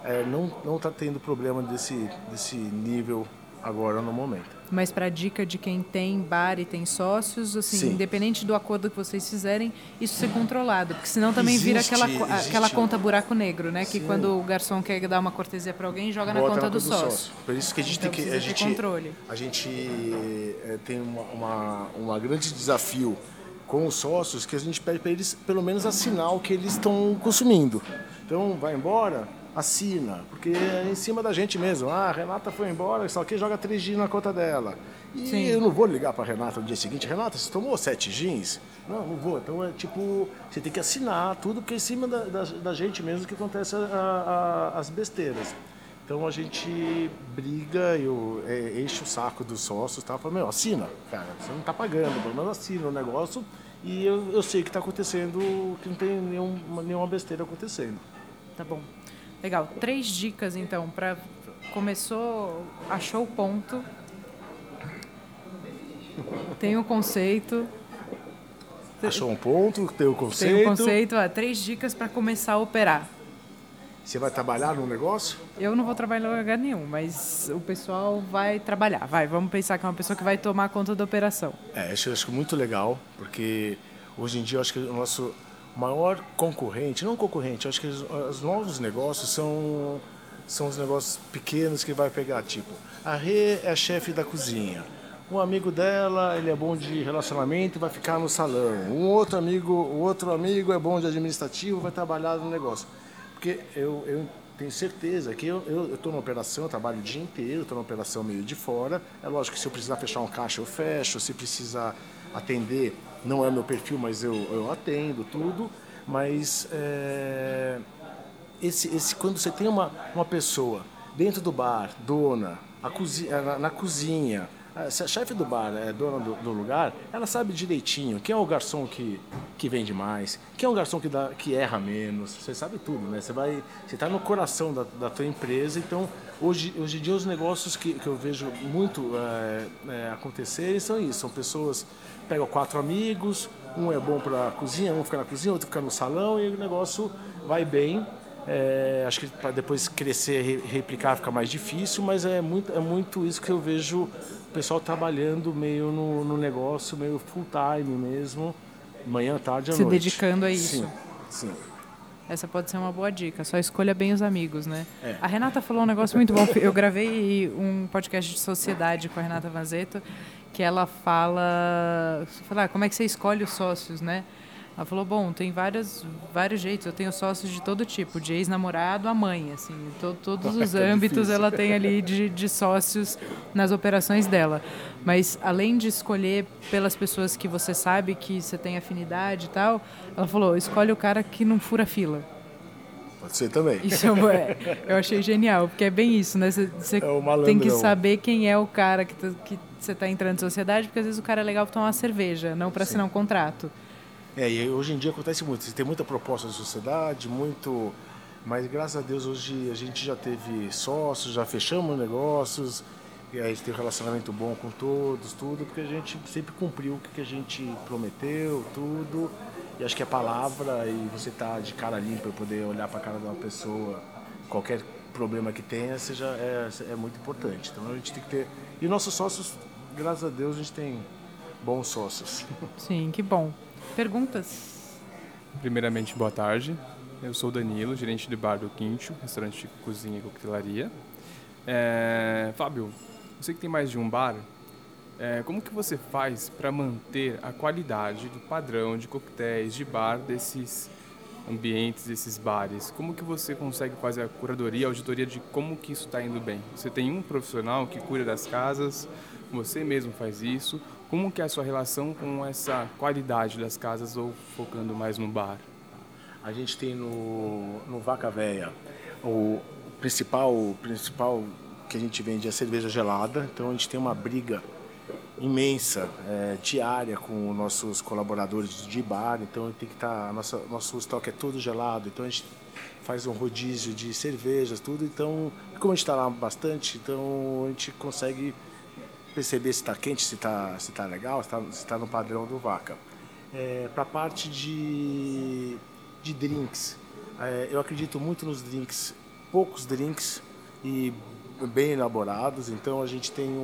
não está tendo problema desse nível agora no momento. Mas para a dica de quem tem bar e tem sócios, assim, Sim. independente do acordo que vocês fizerem, isso ser controlado, porque senão também vira aquela conta buraco negro, né? Que quando o garçom quer dar uma cortesia para alguém, joga na conta do sócio. Por isso que a gente então, tem que controle. A gente tem um grande desafio com os sócios, que a gente pede para eles pelo menos assinar o que eles estão consumindo. Então, vai embora, assina, porque é em cima da gente mesmo. A Renata foi embora, só que joga 3 jeans na conta dela. E Sim. Eu não vou ligar para a Renata no dia seguinte. Renata, você tomou 7 jeans? Não vou. Então você tem que assinar tudo, porque é em cima da gente mesmo que acontece as besteiras. Então a gente briga, eu encho o saco dos sócios, tá? Falo, assina, cara, você não está pagando, pelo menos assina o negócio. E eu sei que está acontecendo, que não tem nenhuma besteira acontecendo. Tá bom. Legal. 3 dicas, então, para... Começou, achou o ponto, tem o conceito... Achou um ponto, tem o conceito... Tem o conceito, 3 dicas para começar a operar. Você vai trabalhar no negócio? Eu não vou trabalhar em lugar nenhum, mas o pessoal vai trabalhar. Vamos pensar que é uma pessoa que vai tomar conta da operação. Acho muito legal, porque hoje em dia eu acho que o nosso maior concorrente, não concorrente, acho que os novos negócios são os negócios pequenos que vai pegar, tipo, a Rê é a chefe da cozinha, um amigo dela, ele é bom de relacionamento, vai ficar no salão, o outro amigo é bom de administrativo, vai trabalhar no negócio. Porque eu tenho certeza que eu estou na operação, eu trabalho o dia inteiro, estou na operação meio de fora. É lógico que se eu precisar fechar um caixa, eu fecho. Se precisar atender, não é meu perfil, mas eu atendo tudo. Mas quando você tem uma pessoa dentro do bar, dona, na cozinha, se a chefe do bar é dona do lugar, ela sabe direitinho quem é o garçom que vende mais, quem é o garçom que erra menos, você sabe tudo, né? Você está no coração da tua empresa, então hoje em dia os negócios que eu vejo muito acontecerem são isso, são pessoas que pegam 4 amigos, um é bom para a cozinha, um fica na cozinha, outro fica no salão e o negócio vai bem. Acho que para depois crescer e replicar fica mais difícil, mas é muito isso que eu vejo o pessoal trabalhando meio no negócio, meio full time mesmo, manhã, tarde, à noite. Se dedicando a isso. Sim. Essa pode ser uma boa dica, só escolha bem os amigos, né? A Renata falou um negócio muito bom, eu gravei um podcast de sociedade com a Renata Vanzetto, que ela fala como é que você escolhe os sócios, né? Ela falou, tem vários jeitos, eu tenho sócios de todo tipo, de ex-namorado a mãe, assim, todos os âmbitos ela tem ali de sócios nas operações dela. Mas, além de escolher pelas pessoas que você sabe que você tem afinidade e tal, ela falou, escolhe o cara que não fura fila. Pode ser também. Isso eu achei genial, porque é bem isso, né? Você tem que saber quem é o cara que você está entrando em sociedade, porque às vezes o cara é legal para tomar uma cerveja, não para assinar um contrato. E hoje em dia acontece muito. Você tem muita proposta de sociedade, mas graças a Deus hoje a gente já teve sócios, já fechamos negócios, e aí a gente tem um relacionamento bom com todos, tudo, porque a gente sempre cumpriu o que a gente prometeu, tudo. E acho que a palavra e você tá de cara limpa, poder olhar para a cara de uma pessoa, qualquer problema que tenha, é muito importante. Então a gente tem que ter. E nossos sócios, graças a Deus, a gente tem bons sócios. Sim, que bom. Perguntas? Primeiramente, boa tarde. Eu sou o Danilo, gerente de bar do Quincho, restaurante de cozinha e coquetelaria. Fábio, você que tem mais de um bar, como que você faz para manter a qualidade do padrão de coquetéis de bar desses ambientes, desses bares? Como que você consegue fazer a curadoria, a auditoria de como que isso está indo bem? Você tem um profissional que cuida das casas, você mesmo faz isso. Como que é a sua relação com essa qualidade das casas ou focando mais no bar? A gente tem no Vaca Véia o principal que a gente vende é a cerveja gelada. Então a gente tem uma briga imensa, diária com nossos colaboradores de bar. Então tem que estar, nosso estoque é todo gelado. Então a gente faz um rodízio de cervejas, tudo. Então, como a gente está lá bastante, então a gente consegue perceber se está quente, se está legal, se está no padrão do Vaca. Para a parte de drinks, eu acredito muito nos drinks poucos drinks e bem elaborados. Então a gente tem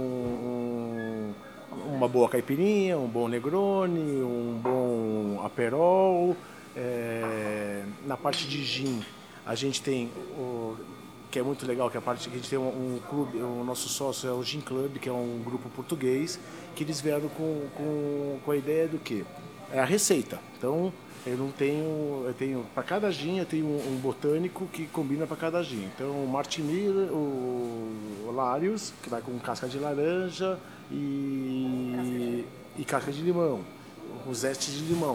uma boa caipirinha, um bom Negroni, um bom Aperol. Na parte de gin, a gente tem que é muito legal, que é a parte que a gente tem um clube, o nosso sócio é o Gin Club, que é um grupo português, que eles vieram com a ideia do quê? É a receita. Então, eu tenho para cada gin, eu tenho um botânico que combina para cada gin. Então, o Martin Miller, o Larios, que vai com casca de laranja e casca de limão, os zestes de limão.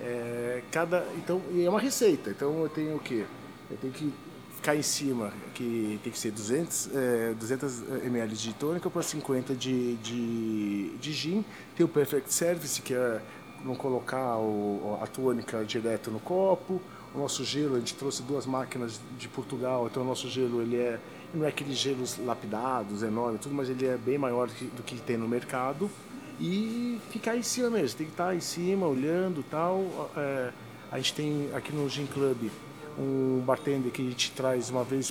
Então, e é uma receita. Então, eu tenho o quê? Eu tenho que ficar em cima, que tem que ser 200 ml de tônica para 50 de gin. Tem o Perfect Service, que é não colocar a tônica direto no copo. O nosso gelo, a gente trouxe 2 máquinas de Portugal, então o nosso gelo não é aqueles gelos lapidados, enormes, tudo, mas ele é bem maior do que tem no mercado. E ficar em cima mesmo, tem que estar em cima, olhando e tal. A gente tem aqui no Gin Club um bartender que a gente traz uma vez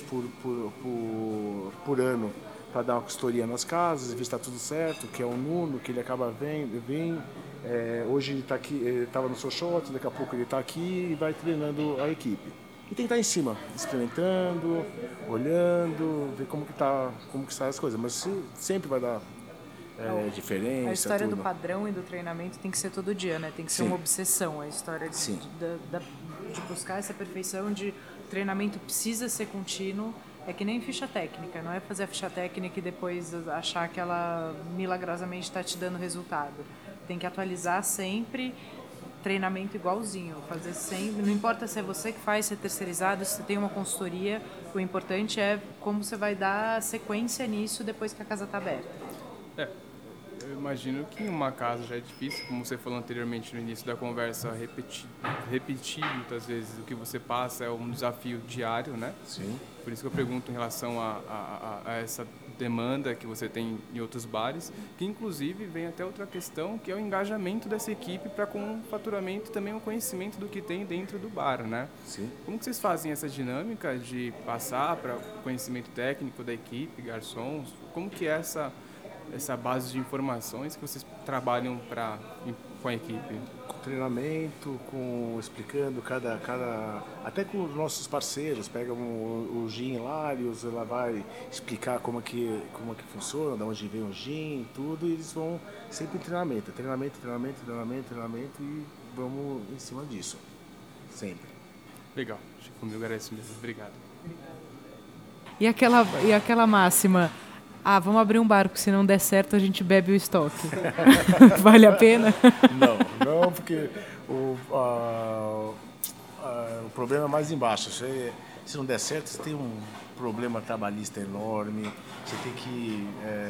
por ano para dar uma consultoria nas casas, ver se está tudo certo, que é o Nuno, que ele acaba vem. Hoje ele está aqui, ele estava no Sochot, daqui a pouco ele está aqui e vai treinando a equipe. E tem que estar em cima, experimentando, olhando, ver como que saem as coisas, mas sempre vai dar diferença. A história tudo. do padrão e do treinamento tem que ser todo dia, né? Tem que ser uma obsessão, a história de buscar essa perfeição, de treinamento precisa ser contínuo. É que nem ficha técnica, não é fazer a ficha técnica e depois achar que ela milagrosamente está te dando resultado. Tem que atualizar sempre, treinamento igualzinho, fazer sempre, não importa se é você que faz, se é terceirizado, se você tem uma consultoria, o importante é como você vai dar sequência nisso depois que a casa está aberta. Eu imagino que em uma casa já é difícil, como você falou anteriormente no início da conversa, repetir muitas vezes o que você passa é um desafio diário, né? Sim. Por isso que eu pergunto em relação a essa demanda que você tem em outros bares, que inclusive vem até outra questão, que é o engajamento dessa equipe para com o faturamento e também o conhecimento do que tem dentro do bar, né? Sim. Como que vocês fazem essa dinâmica de passar para o conhecimento técnico da equipe, garçons? Como que é essa base de informações que vocês trabalham com a equipe? Com treinamento, explicando até com os nossos parceiros, pegam o Gin Larios, ela vai explicar como é que funciona, de onde vem o gin, tudo, e eles vão sempre em treinamento e vamos em cima disso, sempre. Legal, acho que comigo era isso mesmo, obrigado. E aquela máxima... vamos abrir um bar, porque se não der certo a gente bebe o estoque. Vale a pena? Não, porque o problema é mais embaixo. Se não der certo, você tem um problema trabalhista enorme, você tem que...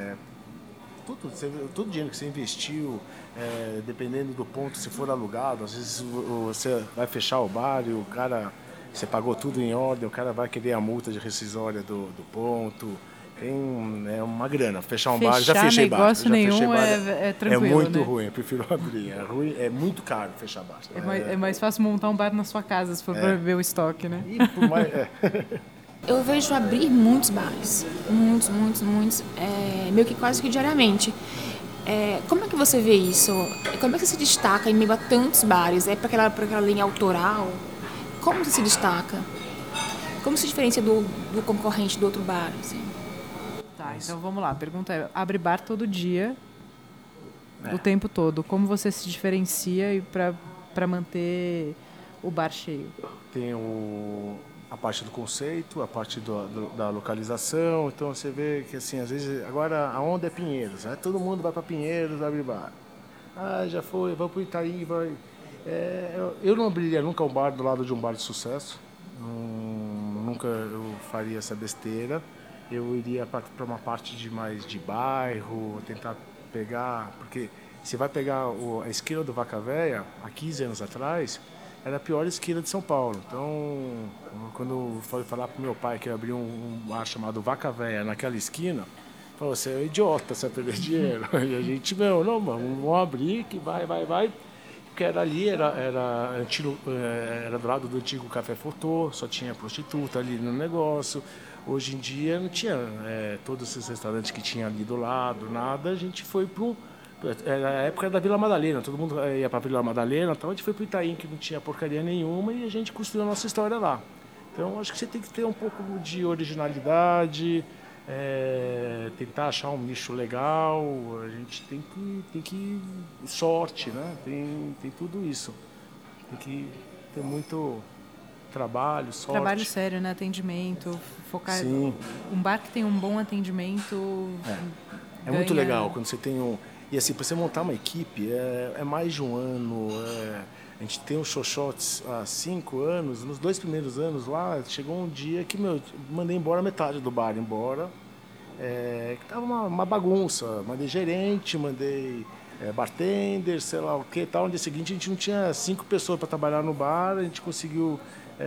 todo dinheiro que você investiu, dependendo do ponto, se for alugado, às vezes você vai fechar o bar e o cara... Você pagou tudo em ordem, o cara vai querer a multa de rescisória do ponto... Tem uma grana, fechar um bar, já fechei bar. Negócio nenhum é tranquilo, é muito né? ruim, eu prefiro abrir. É muito caro fechar bar. É mais fácil montar um bar na sua casa, se for para ver o estoque, né? Eu vejo abrir muitos bares, muitos, meio que quase que diariamente. Como é que você vê isso? Como é que você se destaca em meio a tantos bares? É para aquela linha autoral? Como você se destaca? Como se diferencia do concorrente do outro bar? Assim? Tá, então vamos lá. A pergunta é, abre bar todo dia, o tempo todo. Como você se diferencia para manter o bar cheio? Tem a parte do conceito, a parte da localização. Então você vê que assim, às vezes, agora a onda é Pinheiros, né? Todo mundo vai para Pinheiros abrir bar. Já foi, vai para o Itaí, vai... eu não abriria nunca um bar do lado de um bar de sucesso. Nunca eu faria essa besteira. Eu iria para uma parte mais de bairro, tentar pegar... Porque você vai pegar a esquina do Vaca Véia, há 15 anos atrás, era a pior esquina de São Paulo. Então, quando eu fui falar para o meu pai que eu abri um bar chamado Vaca Véia naquela esquina, falou, você é idiota, você vai perder dinheiro. E a gente, vamos abrir, que vai. porque era ali, era do lado do antigo Café Fotô, só tinha prostituta ali no negócio. Hoje em dia não tinha todos esses restaurantes que tinha ali do lado, nada. A gente foi era a época da Vila Madalena, todo mundo ia para a Vila Madalena, então a gente foi para o Itaim, que não tinha porcaria nenhuma, e a gente construiu a nossa história lá. Então acho que você tem que ter um pouco de originalidade, tentar achar um nicho legal, a gente tem que sorte, né? Tem tudo isso. Tem que ter muito trabalho, sorte. Trabalho sério, né? Atendimento, focar. Sim. Um bar que tem um bom atendimento. É muito legal quando você tem um. E assim, para você montar uma equipe é mais de um ano. A gente tem os Xoxotes há 5 anos. Nos 2 primeiros anos lá, chegou um dia que mandei embora metade do bar embora. Que tava uma bagunça. Mandei gerente, mandei bartender, sei lá o que tal. No dia seguinte a gente não tinha 5 pessoas para trabalhar no bar. A gente conseguiu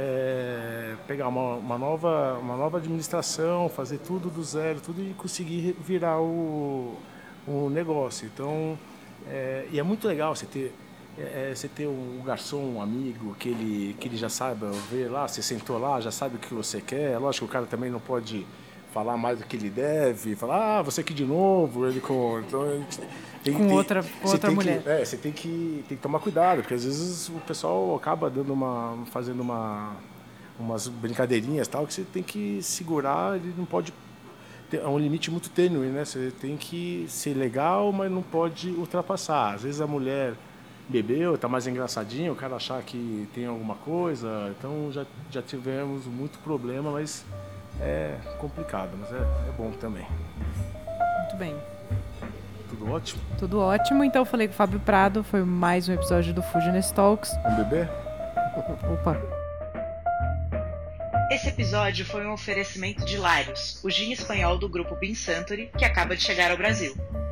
pegar uma nova administração, fazer tudo do zero, tudo, e conseguir virar o negócio. Então, e é muito legal você ter um garçom, um amigo, que ele já sabe ver lá, você sentou lá, já sabe o que você quer. Lógico que o cara também não pode falar mais do que ele deve, falar, você aqui de novo, então, com outra mulher. Você tem que tomar cuidado, porque às vezes o pessoal acaba fazendo umas brincadeirinhas tal, que você tem que segurar, ele não pode. É um limite muito tênue, né? Você tem que ser legal, mas não pode ultrapassar. Às vezes a mulher bebeu, está mais engraçadinha, o cara achar que tem alguma coisa. Então já tivemos muito problema, mas é complicado, mas é bom também. Muito bem. Tudo ótimo? Tudo ótimo. Então eu falei com o Fábio Prado, foi mais um episódio do Foodness Talks. Vamos beber? Opa! Esse episódio foi um oferecimento de Larios, o gin espanhol do grupo Bean Suntory, que acaba de chegar ao Brasil.